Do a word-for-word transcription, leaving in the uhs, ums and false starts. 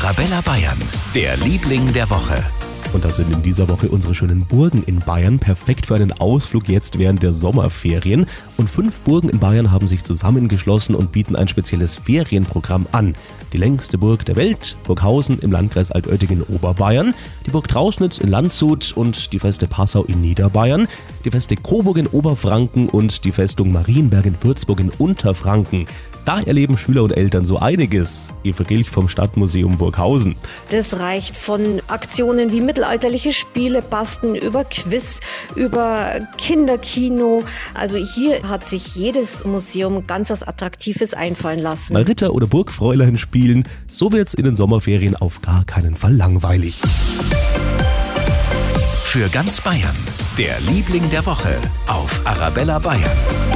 Arabella Bayern, der Liebling der Woche. Und das sind in dieser Woche unsere schönen Burgen in Bayern, perfekt für einen Ausflug jetzt während der Sommerferien. Und fünf Burgen in Bayern haben sich zusammengeschlossen und bieten ein spezielles Ferienprogramm an. Die längste Burg der Welt, Burghausen im Landkreis Altötting in Oberbayern, die Burg Trausnitz in Landshut und die Feste Passau in Niederbayern, die Feste Coburg in Oberfranken und die Festung Marienberg in Würzburg in Unterfranken. Da erleben Schüler und Eltern so einiges. Eva Gilch vom Stadtmuseum Burghausen. Das reicht von Aktionen wie mittelalterliche Spiele basteln, über Quiz, über Kinderkino. Also hier hat sich jedes Museum ganz was Attraktives einfallen lassen. Mal Ritter oder Burgfräulein spielen, so wird's in den Sommerferien auf gar keinen Fall langweilig. Für ganz Bayern, der Liebling der Woche auf Arabella Bayern.